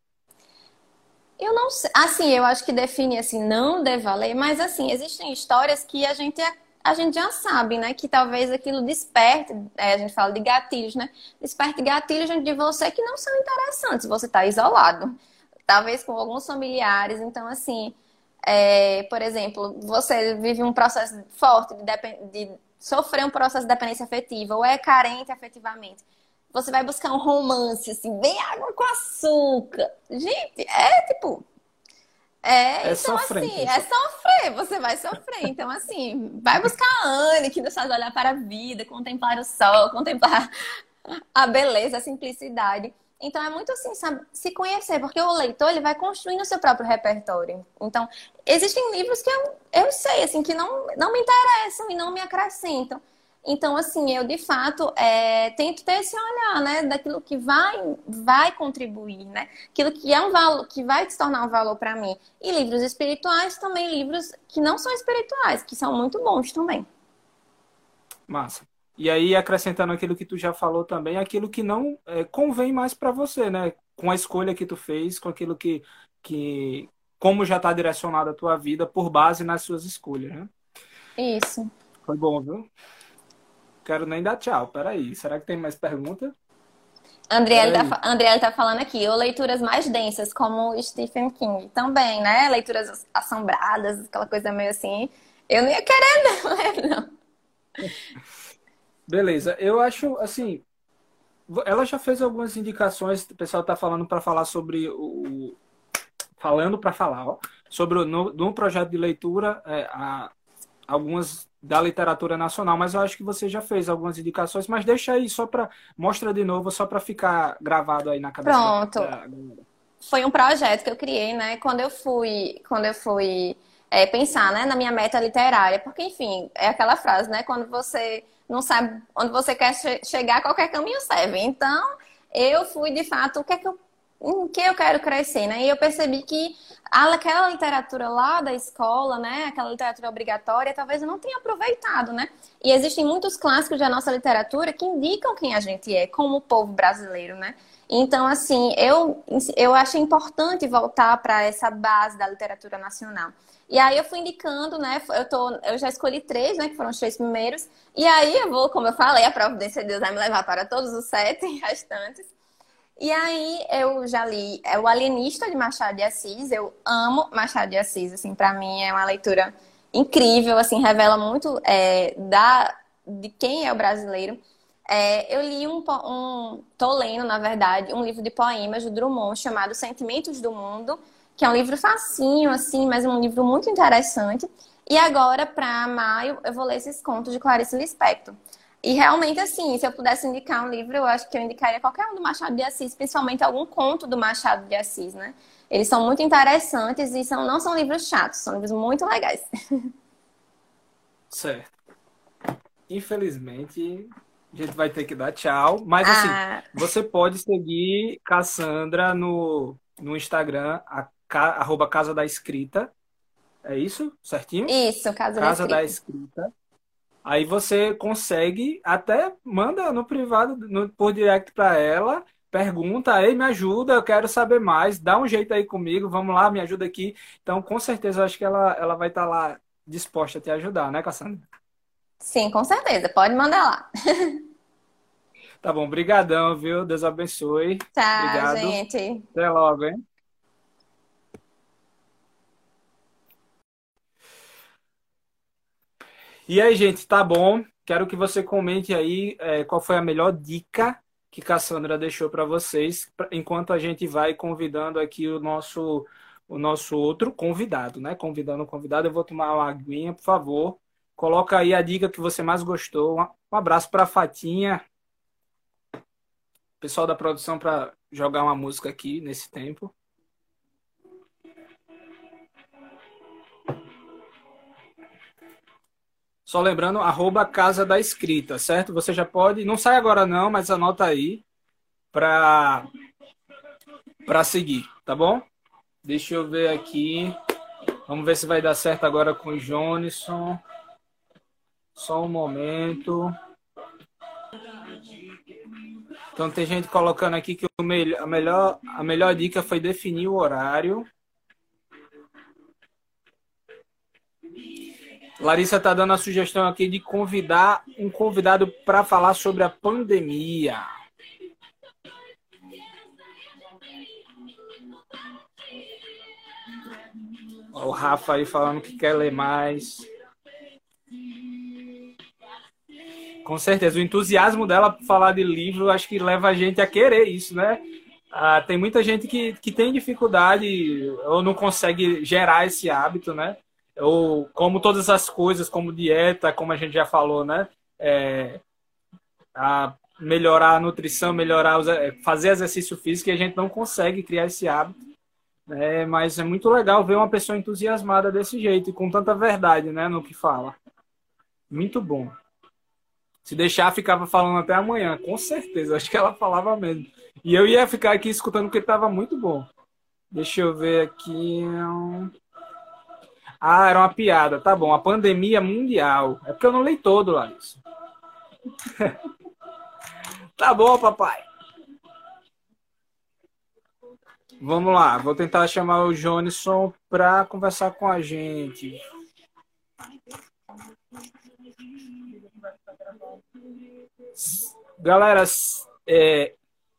B: Eu não sei. Assim, eu acho que define assim, não deva ler, mas assim, existem histórias que a gente a gente já sabe, né, que talvez aquilo desperte, é, a gente fala de gatilhos, né? Desperte gatilhos dentro de você que não são interessantes. Você está isolado, talvez com alguns familiares. Então, assim, é, por exemplo, você vive um processo forte de, depend... de sofrer um processo de dependência afetiva ou é carente afetivamente. Você vai buscar um romance, assim, bem água com açúcar. Gente, é tipo... É,
A: É
B: então
A: sofrente.
B: assim, é sofrer, você vai sofrer. Então, assim, vai buscar a Anne, que nos faz olhar para a vida, contemplar o sol, contemplar a beleza, a simplicidade. Então, é muito assim, sabe, se conhecer, porque o leitor, ele vai construindo o seu próprio repertório. Então, existem livros que eu, eu sei, assim, que não, não me interessam e não me acrescentam. Então, assim, eu de fato é, tento ter esse olhar, né, daquilo que vai, vai contribuir, né, aquilo que é um valor, que vai se tornar um valor para mim. E livros espirituais também, livros que não são espirituais, que são muito bons também.
A: Massa. E aí, acrescentando aquilo que tu já falou também, aquilo que não é, convém mais para você, né? Com a escolha que tu fez, com aquilo que, que como já está direcionada a tua vida por base nas suas escolhas, né?
B: Isso.
A: Foi bom, viu? Quero nem dar tchau. Peraí, será que tem mais pergunta?
B: Andriele tá,
A: Peraí.
B: fa- Andriele tá falando aqui, ou leituras mais densas, como Stephen King. Também, né? Leituras assombradas, aquela coisa meio assim. Eu não ia querer não ler, não.
A: Beleza. Eu acho, assim, ela já fez algumas indicações, o pessoal tá falando para falar sobre o... Falando para falar, ó, sobre o no, no projeto de leitura, é, a, algumas da literatura nacional, mas eu acho que você já fez algumas indicações, mas deixa aí só para mostra de novo, só para ficar gravado aí na cabeça da,
B: Pronto.
A: da...
B: Foi um projeto que eu criei, né? Quando eu fui, quando eu fui é, pensar, né, na minha meta literária, porque enfim, é aquela frase, né? Quando você não sabe onde você quer che chegar, qualquer caminho serve. Então, eu fui de fato o que é que eu, em que eu quero crescer, né? E eu percebi que aquela literatura lá da escola, né? Aquela literatura obrigatória, talvez eu não tenha aproveitado, né? E existem muitos clássicos da nossa literatura que indicam quem a gente é, como o povo brasileiro, né? Então, assim, eu, eu achei importante voltar para essa base da literatura nacional. E aí eu fui indicando, né? Eu, tô, eu já escolhi três, né? Que foram os três primeiros. E aí eu vou, como eu falei, a providência de Deus vai me levar para todos os sete restantes. E aí eu já li é, O Alienista, de Machado de Assis. Eu amo Machado de Assis, assim, para mim é uma leitura incrível, assim, revela muito é, da, de quem é o brasileiro. É, eu li um, um, tô lendo, na verdade, um livro de poemas do Drummond chamado Sentimentos do Mundo, que é um livro facinho, assim, mas um livro muito interessante. E agora, para maio, eu vou ler esses contos de Clarice Lispector. E realmente, assim, se eu pudesse indicar um livro, eu acho que eu indicaria qualquer um do Machado de Assis, principalmente algum conto do Machado de Assis, né? Eles são muito interessantes e são, não são livros chatos, são livros muito legais.
A: Certo. Infelizmente, a gente vai ter que dar tchau. Mas, assim,
B: Ah,
A: você pode seguir Cassandra no, no Instagram, a, ca- arroba Casa da Escrita. É isso? Certinho?
B: isso, Casa da
A: Casa da
B: Escrita.
A: Escrita. Aí você consegue, até manda no privado, no, por direct para ela, pergunta, ei, me ajuda, eu quero saber mais, dá um jeito aí comigo, vamos lá, me ajuda aqui. Então, com certeza, eu acho que ela, ela vai estar lá disposta a te ajudar, né, Cassandra?
B: Sim, com certeza, pode mandar lá.
A: Tá bom, brigadão, viu? Deus abençoe.
B: Tchau,
A: Obrigado.
B: gente.
A: Até logo, hein? E aí, gente, tá bom? Quero que você comente aí é, qual foi a melhor dica que Cassandra deixou para vocês, pra- enquanto a gente vai convidando aqui o nosso o nosso outro convidado, né? Convidando o convidado, eu vou tomar uma aguinha, por favor. Coloca aí a dica que você mais gostou. Um um abraço para a Fatinha, pessoal da produção, para jogar uma música aqui nesse tempo. Só lembrando, arroba Casa da Escrita, certo? Você já pode, não sai agora não, mas anota aí para para seguir, tá bom? Deixa eu ver aqui. Vamos ver se vai dar certo agora com o Jonisson. Só um momento. Então tem gente colocando aqui que o melhor, a, melhor, a melhor dica foi definir o horário. Larissa está dando a sugestão aqui de convidar um convidado para falar sobre a pandemia. Ó, o Rafa aí falando que quer ler mais. Com certeza, o entusiasmo dela para falar de livro, acho que leva a gente a querer isso, né? Ah, tem muita gente que, que tem dificuldade ou não consegue gerar esse hábito, né? Ou como todas as coisas, como dieta, como a gente já falou, né? É, a melhorar a nutrição, melhorar os, fazer exercício físico, e a gente não consegue criar esse hábito, né? Mas é muito legal ver uma pessoa entusiasmada desse jeito e com tanta verdade, né, no que fala. Muito bom. Se deixar, ficava falando até amanhã, com certeza. Acho que ela falava mesmo. E eu ia ficar aqui escutando porque estava muito bom. Deixa eu ver aqui. Ah, era uma piada. Tá bom. A pandemia mundial. É porque eu não leio todo, Larissa. Tá bom, papai. Vamos lá. Vou tentar chamar o Jonisson para conversar com a gente. Galera, é,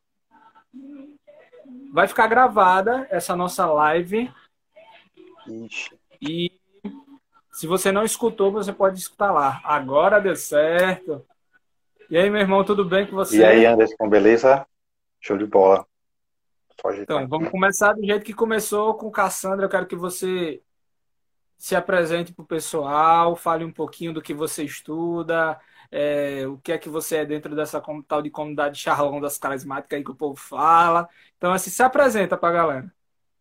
A: vai ficar gravada essa nossa live.
C: Ixi.
A: E se você não escutou, você pode escutar lá. Agora deu certo. E aí, meu irmão, tudo bem com você?
C: E aí, Anderson, beleza? Show de bola.
A: Então, vamos começar do jeito que começou com Cassandra. Eu quero que você se apresente para o pessoal, fale um pouquinho do que você estuda, é, o que é que você é dentro dessa tal de comunidade charlão das carismáticas aí que o povo fala. Então, assim, se apresenta para a galera.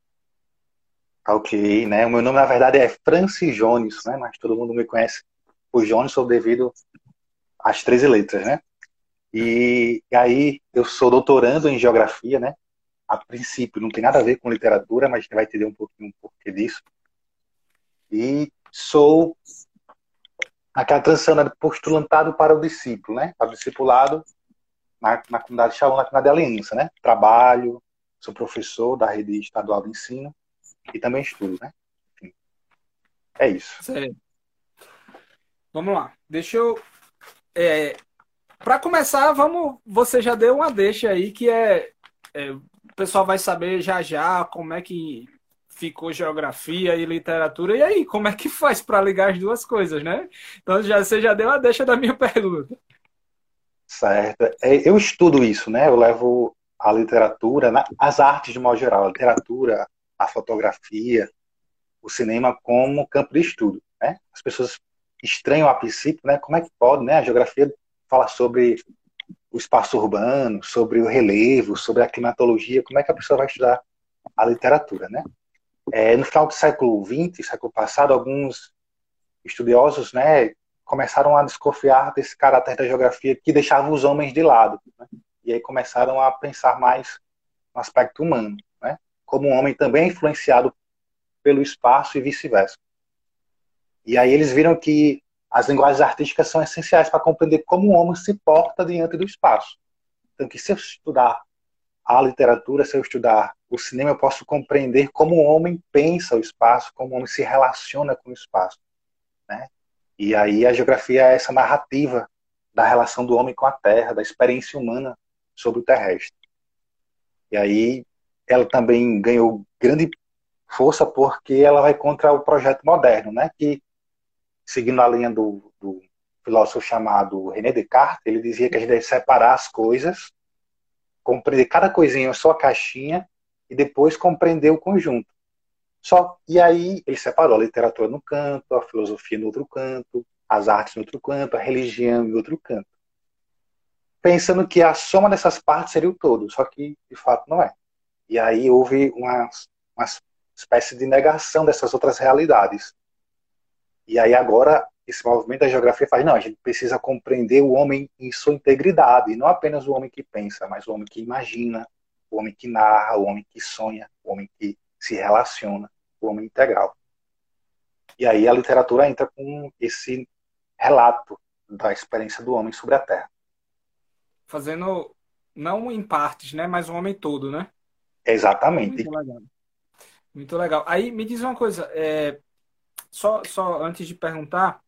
C: Ok, né? O meu nome, na verdade, é Francis Jones, né? Mas todo mundo me conhece por Jones, sou devido às treze letras, né? E, e aí, eu sou doutorando em Geografia, né? A princípio, não tem nada a ver com literatura, mas a gente vai entender um pouquinho um porquê disso. E sou naquela transição de postulantado para o discípulo, né? Para o discipulado na, na comunidade Shalom, na comunidade de Aliança, né? Trabalho, sou professor da rede estadual de ensino e também estudo, né? Enfim, é isso.
A: Sério. Vamos lá. Deixa eu... É, para começar, vamos... Você já deu uma deixa aí que é, é... O pessoal vai saber já já como é que ficou geografia e literatura. E aí, como é que faz para ligar as duas coisas, né? Então, já, você já deu a deixa da minha pergunta.
C: Certo. Eu estudo isso, né? Eu levo a literatura, as artes de modo geral, a literatura, a fotografia, o cinema como campo de estudo, né? As pessoas estranham a princípio, né? Como é que pode, né? A geografia fala sobre o espaço urbano, sobre o relevo, sobre a climatologia, como é que a pessoa vai estudar a literatura, né? É, no final do século vinte, século passado, alguns estudiosos, né, começaram a desconfiar desse caráter da geografia que deixava os homens de lado, né? E aí começaram a pensar mais no aspecto humano, né? Como o homem também é influenciado pelo espaço e vice-versa. E aí eles viram que as linguagens artísticas são essenciais para compreender como o homem se porta diante do espaço. Então, que se eu estudar a literatura, se eu estudar o cinema, eu posso compreender como o homem pensa o espaço, como o homem se relaciona com o espaço, né? E aí a geografia é essa narrativa da relação do homem com a terra, da experiência humana sobre o terrestre. E aí ela também ganhou grande força porque ela vai contra o projeto moderno, né? Que, seguindo a linha do, do filósofo chamado René Descartes, ele dizia que a gente deve separar as coisas, compreender cada coisinha em sua caixinha e depois compreender o conjunto. Só, e aí ele separou a literatura no canto, a filosofia no outro canto, as artes no outro canto, a religião no outro canto. Pensando que a soma dessas partes seria o todo, só que de fato não é. E aí houve uma, uma espécie de negação dessas outras realidades. E aí agora esse movimento da geografia faz, não, a gente precisa compreender o homem em sua integridade, não apenas o homem que pensa, mas o homem que imagina, o homem que narra, o homem que sonha, o homem que se relaciona, o homem integral. E aí a literatura entra com esse relato da experiência do homem sobre a Terra.
A: Fazendo, não em partes, né, mas o homem todo, né?
C: Exatamente.
A: Muito legal. Muito legal. Aí me diz uma coisa, é, só, só antes de perguntar,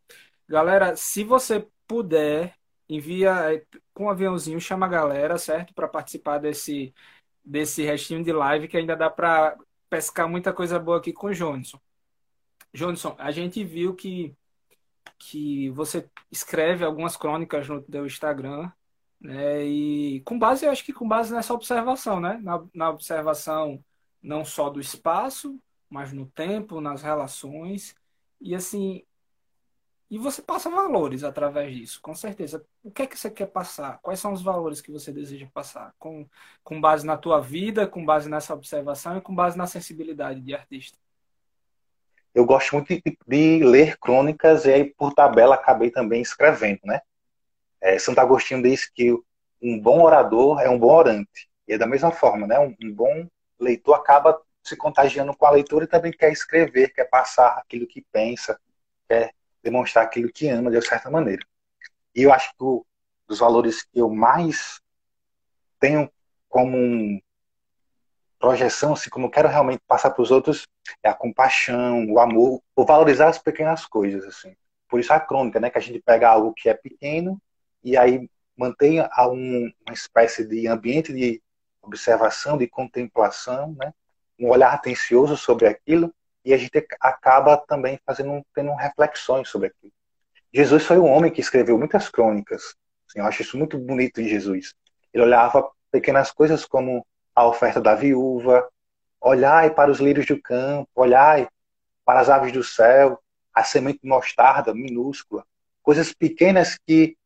A: Galera, se você puder, envia eh, com um aviãozinho, chama a galera, certo? Para participar desse, desse restinho de live que ainda dá para pescar muita coisa boa aqui com o Johnson. Johnson, a gente viu que, que você escreve algumas crônicas no teu Instagram, né? E com base, eu acho que com base nessa observação, né? Na, na observação não só do espaço, mas no tempo, nas relações. E assim, e você passa valores através disso, com certeza. O que é que você quer passar? Quais são os valores que você deseja passar? Com, com base na tua vida, com base nessa observação e com base na sensibilidade de artista.
C: Eu gosto muito de, de ler crônicas e aí, por tabela, acabei também escrevendo, né? É, Santo Agostinho diz que um bom orador é um bom orante. E é da mesma forma, né? Um, um bom leitor acaba se contagiando com a leitura e também quer escrever, quer passar aquilo que pensa, quer demonstrar aquilo que ama de certa maneira. E eu acho que o, dos valores que eu mais tenho como um projeção, assim, como eu quero realmente passar para os outros, é a compaixão, o amor, o valorizar as pequenas coisas, assim. Por isso a crônica, né, que a gente pega algo que é pequeno e aí mantém a um, uma espécie de ambiente de observação, de contemplação, né, um olhar atencioso sobre aquilo e a gente acaba também fazendo, tendo reflexões sobre aquilo. Jesus foi um homem que escreveu muitas crônicas. Assim, eu acho isso muito bonito em Jesus. Ele olhava pequenas coisas como a oferta da viúva, olhai para os lírios do campo, olhai para as aves do céu, a semente de mostarda minúscula. Coisas pequenas que,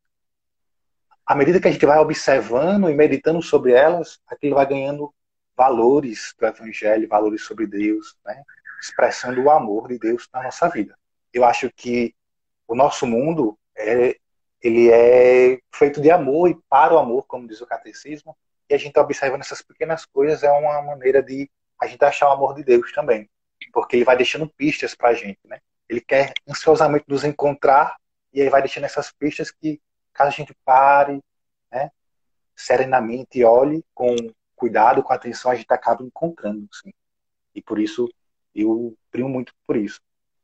C: à medida que a gente vai observando e meditando sobre elas, aquilo vai ganhando valores do Evangelho, valores sobre Deus, né? Expressando o amor de Deus na nossa vida. Eu acho que o nosso mundo é, ele é feito de amor e para o amor, como diz o catecismo, e a gente observando essas pequenas coisas é uma maneira de a gente achar o amor de Deus também, porque ele vai deixando pistas para a gente, né? Ele quer ansiosamente nos encontrar e aí vai deixando essas pistas que, caso a gente pare, né, serenamente olhe com cuidado, com atenção, a gente acaba encontrando, assim. E por isso eu primo muito por isso.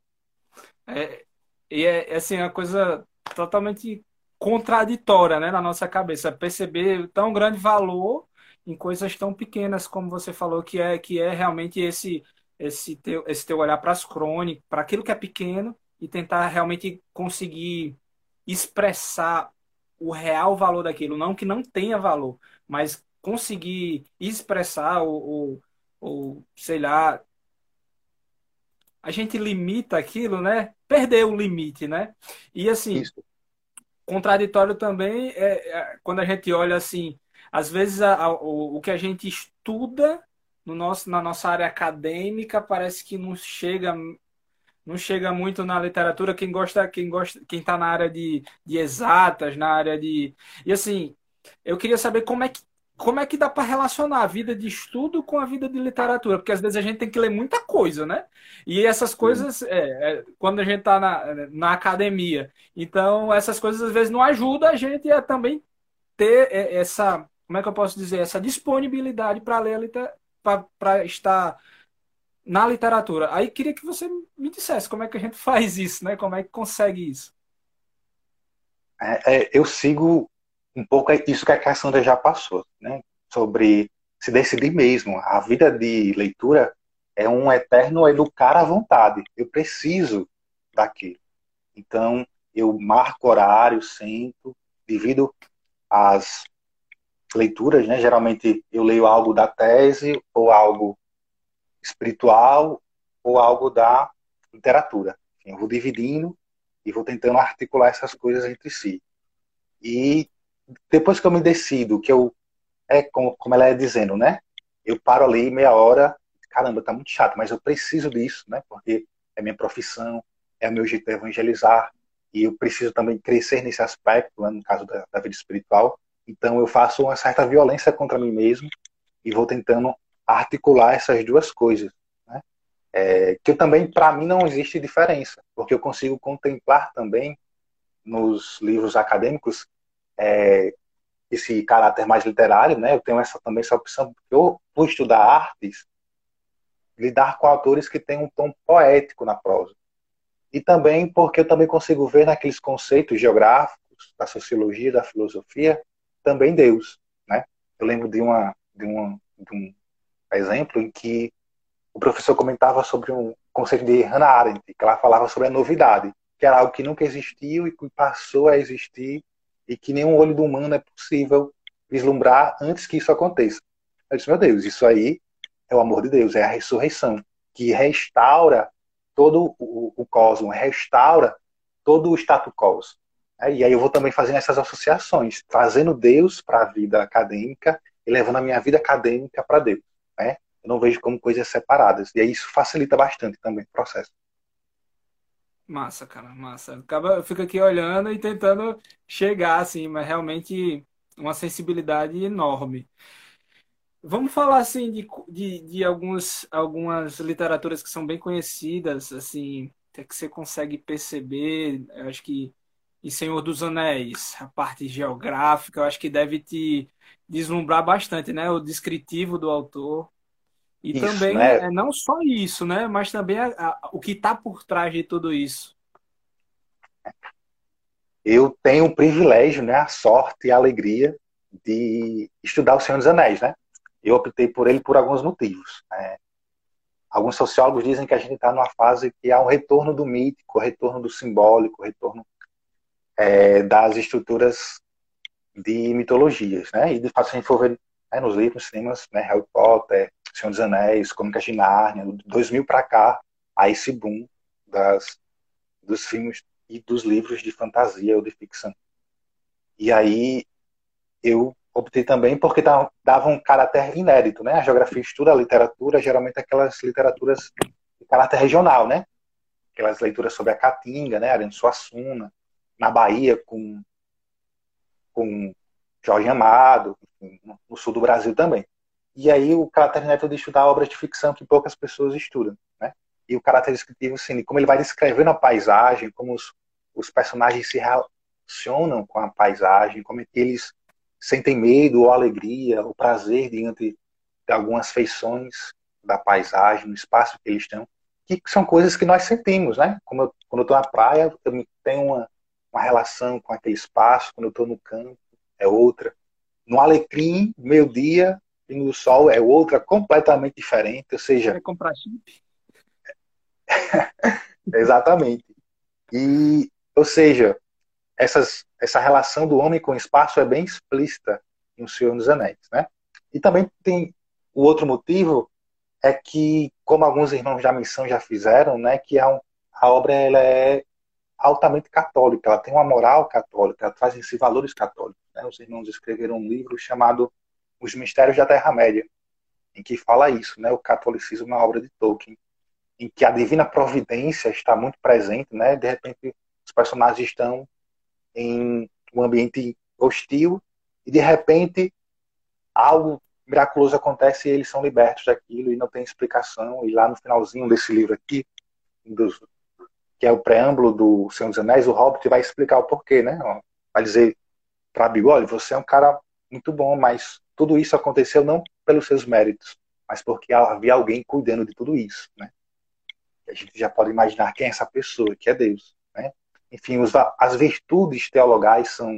A: É, e é, é, assim, uma coisa totalmente contraditória, né, na nossa cabeça. Perceber tão grande valor em coisas tão pequenas, como você falou, que é, que é realmente esse, esse, teu, esse teu olhar para as crônicas, para aquilo que é pequeno e tentar realmente conseguir expressar o real valor daquilo. Não que não tenha valor, mas conseguir expressar ou, ou, ou sei lá, a gente limita aquilo, né? Perder o limite, né? E assim,
C: Isso.
A: contraditório também é, é quando a gente olha assim, às vezes a, a, o, o que a gente estuda no nosso, na nossa área acadêmica parece que não chega, não chega muito na literatura. Quem gosta, quem gosta, quem está na área de, de exatas, na área de. E assim, eu queria saber como é que como é que dá para relacionar a vida de estudo com a vida de literatura? Porque às vezes a gente tem que ler muita coisa, né? E essas coisas, é, é, quando a gente está na, na academia, então essas coisas às vezes não ajudam a gente a também ter é, essa, como é que eu posso dizer, essa disponibilidade para ler, para estar na literatura. Aí queria que você me dissesse como é que a gente faz isso, né? Como é que consegue isso?
C: É, é, eu sigo um pouco isso que a Cassandra já passou, né? Sobre se decidir mesmo. A vida de leitura é um eterno educar à vontade. Eu preciso daquilo. Então, eu marco horário, sento, divido as leituras, né? Geralmente eu leio algo da tese, ou algo espiritual, ou algo da literatura. Enfim, eu vou dividindo e vou tentando articular essas coisas entre si. E depois que eu me decido, que eu, é como, como ela é dizendo, né? Eu paro ali meia hora, caramba, tá muito chato, mas eu preciso disso, né? Porque é minha profissão, é o meu jeito de evangelizar, e eu preciso também crescer nesse aspecto, né, no caso da, da vida espiritual. Então eu faço uma certa violência contra mim mesmo e vou tentando articular essas duas coisas, né? É, que eu também, para mim, não existe diferença, porque eu consigo contemplar também nos livros acadêmicos é, esse caráter mais literário, né? Eu tenho essa, também essa opção, porque eu vou estudar artes, lidar com autores que têm um tom poético na prosa. e também porque eu também consigo ver naqueles conceitos geográficos, da sociologia, da filosofia, também Deus, né? Eu lembro de, uma, de, uma, de um exemplo em que o professor comentava sobre um conceito de Hannah Arendt, que ela falava sobre a novidade, que era algo que nunca existiu e que passou a existir e que nenhum olho do humano é possível vislumbrar antes que isso aconteça. Eu disse, meu Deus, isso aí é o amor de Deus, é a ressurreição, que restaura todo o, o cosmos, restaura todo o status quo. É, e aí eu vou também fazendo essas associações, trazendo Deus para a vida acadêmica e levando a minha vida acadêmica para Deus. Né? Eu não vejo como coisas separadas. E aí isso facilita bastante também o processo.
A: Massa, cara, massa. Acaba, eu fico aqui olhando e tentando chegar, assim, mas realmente uma sensibilidade enorme. Vamos falar, assim, de, de, de alguns, algumas literaturas que são bem conhecidas, assim, até que você consegue perceber, eu acho que em Senhor dos Anéis, a parte geográfica, eu acho que deve te deslumbrar bastante, né? O descritivo do autor. E
C: Isso,
A: também,
C: né?
A: é não só isso, né? Mas também a- a- o que está por trás de tudo isso.
C: Eu tenho o privilégio, né, a sorte e a alegria de estudar O Senhor dos Anéis, né? Eu optei por ele por alguns motivos. Né? Alguns sociólogos dizem que a gente está numa fase que há um retorno do mítico, retorno do simbólico, retorno é, das estruturas de mitologias, né? E de fato, se a gente for ver né, nos livros, nos cinemas, né, Harry Potter, Senhor dos Anéis, Crônicas de Nárnia, dois mil para cá, há esse boom das, dos filmes e dos livros de fantasia ou de ficção. E aí eu optei também porque dava um caráter inédito, né? A geografia estuda a literatura, geralmente aquelas literaturas de caráter regional, né? Aquelas leituras sobre a Caatinga, né? Ariano Suassuna, na Bahia com, com Jorge Amado, enfim, no sul do Brasil também. E aí o caráter inédito de estudar obras de ficção que poucas pessoas estudam, né? E o caráter descritivo, sim, como ele vai descrevendo a paisagem, como os, os personagens se relacionam com a paisagem, como é que eles sentem medo ou alegria, ou prazer diante de algumas feições da paisagem, no espaço que eles estão, que são coisas que nós sentimos, né? Como eu, quando eu estou na praia, eu tenho uma, uma relação com aquele espaço, quando eu estou no campo, é outra. No Alecrim, meio-dia, e no sol é outra, completamente diferente, ou seja,
A: Vai comprar chip?
C: exatamente. E, ou seja, essas, essa relação do homem com o espaço é bem explícita em O Senhor dos Anéis, né? E também tem o outro motivo é que, como alguns irmãos da missão já fizeram, né, que a, a obra ela é altamente católica, ela tem uma moral católica, ela traz em si valores católicos. Né? Os irmãos escreveram um livro chamado Os Mistérios da Terra-média, em que fala isso, né, o catolicismo na obra de Tolkien, em que a divina providência está muito presente, né? De repente os personagens estão em um ambiente hostil e de repente algo miraculoso acontece e eles são libertos daquilo e não tem explicação. E lá no finalzinho desse livro aqui, dos, que é o preâmbulo do Senhor dos Anéis, o Hobbit vai explicar o porquê, né? Vai dizer para Bilbo, olha, você é um cara muito bom, mas tudo isso aconteceu não pelos seus méritos, mas porque havia alguém cuidando de tudo isso, né? A gente já pode imaginar quem é essa pessoa, que é Deus, né? Enfim, os, as virtudes teologais são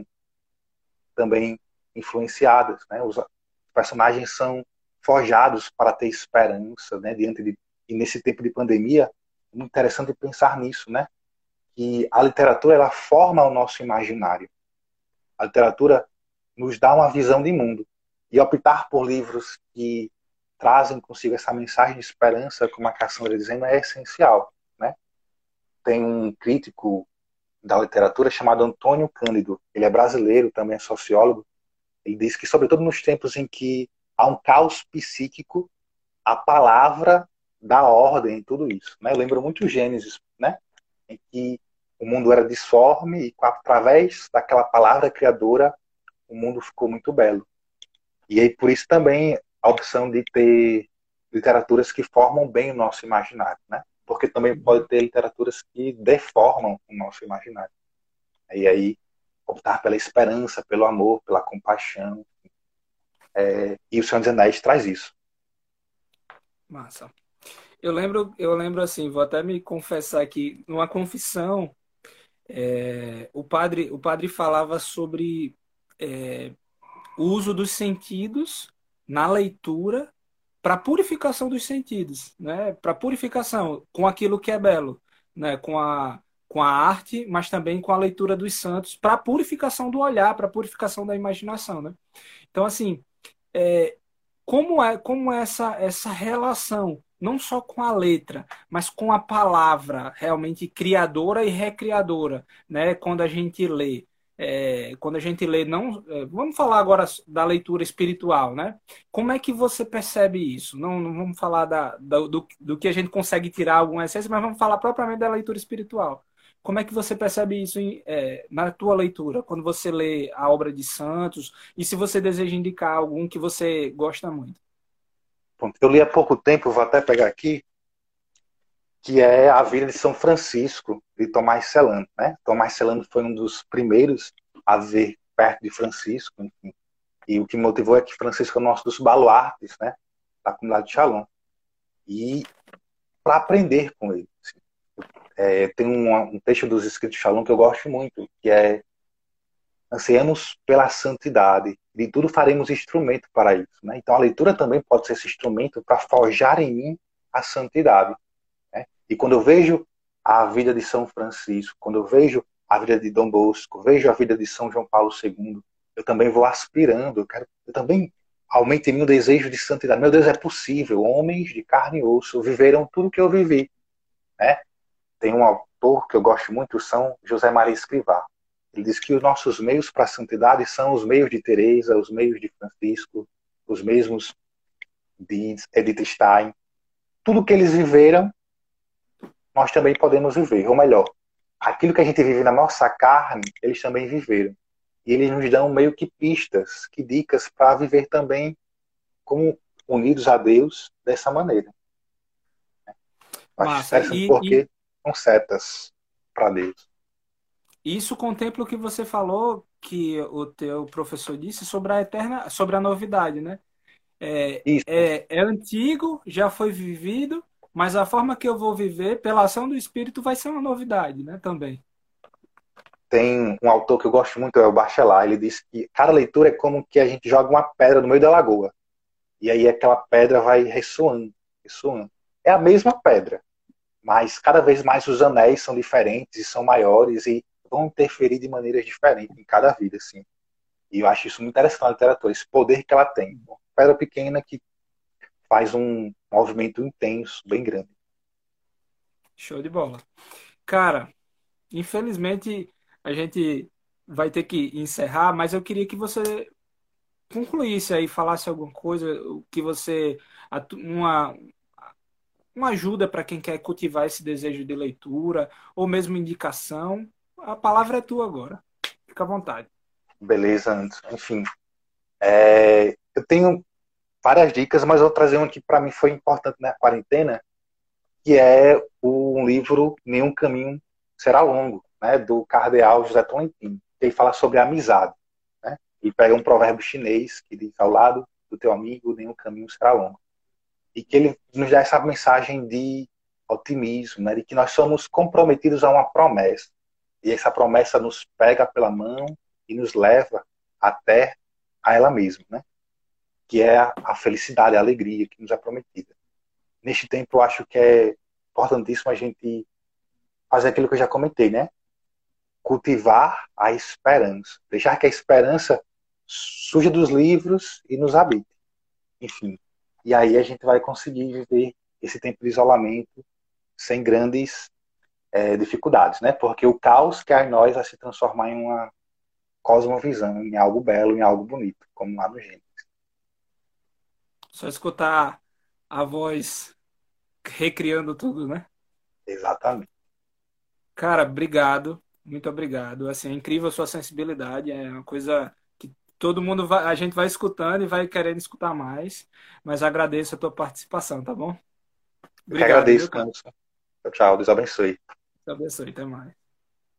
C: também influenciadas, né? Os personagens são forjados para ter esperança, né? Diante de e nesse tempo de pandemia, é muito interessante pensar nisso, né? Que a literatura ela forma o nosso imaginário. A literatura nos dá uma visão de mundo e optar por livros que trazem consigo essa mensagem de esperança, como a Cassandra dizendo, é essencial, né? Tem um crítico da literatura chamado Antônio Cândido, ele é brasileiro, também é sociólogo. Ele diz que, sobretudo nos tempos em que há um caos psíquico, a palavra dá ordem em tudo isso. Né? Eu lembro muito Gênesis, né? Em que o mundo era disforme e, através daquela palavra criadora, o mundo ficou muito belo. E aí, por isso também a opção de ter literaturas que formam bem o nosso imaginário, né? Porque também pode ter literaturas que deformam o nosso imaginário. E aí, optar pela esperança, pelo amor, pela compaixão. É, e o Senhor dos Anéis traz isso.
A: Massa. Eu lembro, eu lembro assim, vou até me confessar aqui, numa confissão, é, o padre, o padre falava sobre é, o uso dos sentidos na leitura para purificação dos sentidos, né? Para purificação com aquilo que é belo, né? Com a com a arte, mas também com a leitura dos santos, para purificação do olhar, para purificação da imaginação, né? Então, assim, é, como é como é essa essa relação não só com a letra, mas com a palavra realmente criadora e recriadora, né? Quando a gente lê, é, quando a gente lê, não, é, vamos falar agora da leitura espiritual, né? Como é que você percebe isso? Não, não vamos falar da, da- do, do que a gente consegue tirar alguma essência, mas vamos falar propriamente da leitura espiritual. Como é que você percebe isso em, é, na tua leitura, quando você lê a obra de Santos, e se você deseja indicar algum que você gosta muito?
C: Pronto, eu li há pouco tempo, vou até pegar aqui, que é a vida de São Francisco, de Tomás Celano, né? Tomás Celano foi um dos primeiros a ver perto de Francisco, enfim. E o que me motivou é que Francisco é o nosso dos baluartes, né? Da comunidade de Shalom. E para aprender com ele. Assim. É, tem um, um texto dos escritos de Shalom que eu gosto muito, que é: ansiamos pela santidade, de tudo faremos instrumento para isso. Né? Então a leitura também pode ser esse instrumento para forjar em mim a santidade. Né? E quando eu vejo a vida de São Francisco, quando eu vejo a vida de Dom Bosco, vejo a vida de São João Paulo segundo, eu também vou aspirando, eu, quero, eu também aumento em mim o desejo de santidade. Meu Deus, é possível, homens de carne e osso viveram tudo que eu vivi. Né? Tem um autor que eu gosto muito, São José Maria Escrivá. Ele diz que os nossos meios para a santidade são os meios de Teresa, os meios de Francisco, os mesmos de Edith Stein. Tudo que eles viveram, nós também podemos viver. Ou melhor, aquilo que a gente vive na nossa carne, eles também viveram. E eles nos dão meio que pistas, que dicas para viver também como unidos a Deus dessa maneira. Eu acho
A: Massa.
C: interessante
A: E, e
C: porque são setas para Deus.
A: isso contempla o que você falou, que o teu professor disse sobre a eterna, sobre a novidade, né? É,
C: Isso.
A: é, é antigo, já foi vivido, mas a forma que eu vou viver, pela ação do Espírito, vai ser uma novidade, né? Também.
C: Tem um autor que eu gosto muito, é o Bachelard. Ele diz que cada leitura é como que a gente joga uma pedra no meio da lagoa. E aí aquela pedra vai ressoando, ressoando. É a mesma pedra, mas cada vez mais os anéis são diferentes e são maiores e vão interferir de maneiras diferentes em cada vida, assim. E eu acho isso muito interessante na literatura, esse poder que ela tem. Uma pedra pequena que faz um movimento intenso, bem grande.
A: Show de bola. Cara, infelizmente a gente vai ter que encerrar, mas eu queria que você concluísse aí, falasse alguma coisa, o que você, atu- uma, uma ajuda para quem quer cultivar esse desejo de leitura, ou mesmo indicação. A palavra é tua agora. Fica à vontade.
C: Beleza, Anderson. Enfim, é, eu tenho várias dicas, mas eu vou trazer uma que para mim foi importante na quarentena, que é o- um livro Nenhum Caminho Será Longo, né, do cardeal José Tolentino, que ele fala sobre amizade. Né, e pega um provérbio chinês que diz: ao lado do teu amigo, nenhum caminho será longo. E que ele nos dá essa mensagem de otimismo, né, de que nós somos comprometidos a uma promessa. E essa promessa nos pega pela mão e nos leva até a ela mesma, né, que é a, a felicidade, a alegria que nos é prometida. Neste tempo, eu acho que é importantíssimo a gente fazer aquilo que eu já comentei, né? Cultivar a esperança. Deixar que a esperança surja dos livros e nos habite. Enfim. E aí a gente vai conseguir viver esse tempo de isolamento sem grandes é, dificuldades, né? Porque o caos que há em nós vai se transformar em uma cosmovisão, em algo belo, em algo bonito, como lá no Gênesis.
A: Só escutar a voz recriando tudo, né?
C: Exatamente.
A: Cara, obrigado. Muito obrigado. Assim, é incrível a sua sensibilidade. É uma coisa que todo mundo vai, a gente vai escutando e vai querendo escutar mais. Mas agradeço a tua participação, tá bom?
C: Eu que
A: Obrigado, viu,
C: agradeço,
A: cara?
C: Anderson. Tchau, tchau. Deus abençoe.
A: Deus abençoe. Até mais.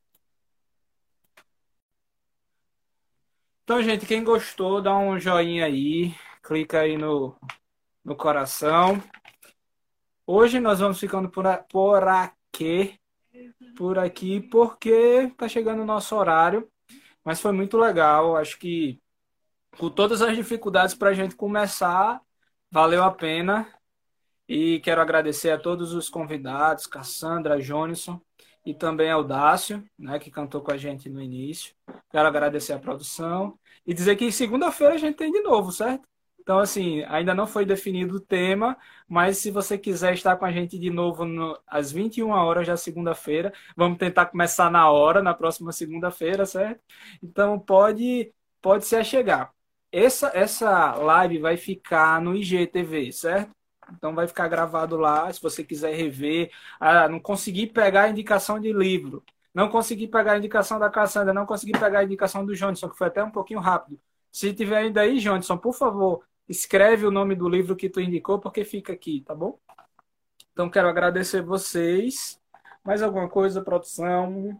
A: Então, gente, quem gostou, dá um joinha aí. Clica aí no, no coração. Hoje nós vamos ficando por, a- por aqui, por aqui, porque tá chegando o nosso horário. Mas foi muito legal. Acho que com todas as dificuldades para a gente começar, valeu a pena. E quero agradecer a todos os convidados, Cassandra, Jonisson e também ao Dácio, né, que cantou com a gente no início. Quero agradecer a produção e dizer que segunda-feira a gente tem de novo, certo? Então, assim, ainda não foi definido o tema, mas se você quiser estar com a gente de novo no, às vinte e uma horas da segunda-feira, vamos tentar começar na hora, na próxima segunda-feira, certo? Então, pode, pode se achegar. Essa, essa live vai ficar no I G T V, certo? Então vai ficar gravado lá, se você quiser rever. Ah, não consegui pegar a indicação de livro. Não consegui pegar a indicação da Cassandra, não consegui pegar a indicação do Johnson, que foi até um pouquinho rápido. Se tiver ainda aí, Johnson, por favor, escreve o nome do livro que tu indicou, porque fica aqui, tá bom? Então quero agradecer vocês. Mais alguma coisa, produção?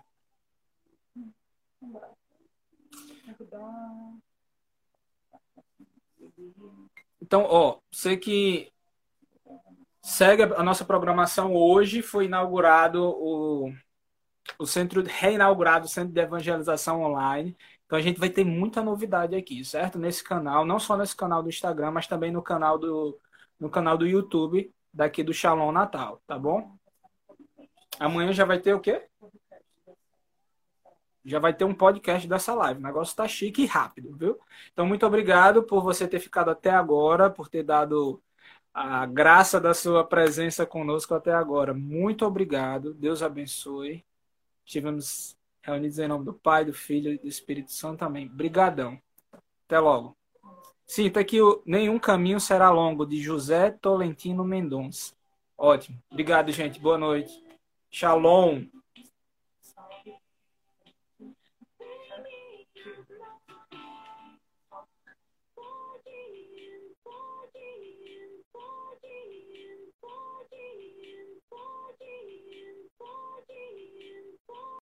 A: Então, ó, você que segue a nossa programação hoje, foi inaugurado o, o centro, reinaugurado o Centro de Evangelização Online. Então a gente vai ter muita novidade aqui, certo? Nesse canal, não só nesse canal do Instagram, mas também no canal do, no canal do YouTube daqui do Shalom Natal, tá bom? Amanhã já vai ter o quê? Já vai ter um podcast dessa live. O negócio tá chique e rápido, viu? Então, muito obrigado por você ter ficado até agora, por ter dado a graça da sua presença conosco até agora. Muito obrigado. Deus abençoe. Estivemos reunidos em nome do Pai, do Filho e do Espírito Santo. Amém. Brigadão. Até logo. Sim, tá aqui o Nenhum Caminho Será Longo, de José Tolentino Mendonça. Ótimo. Obrigado, gente. Boa noite. Shalom.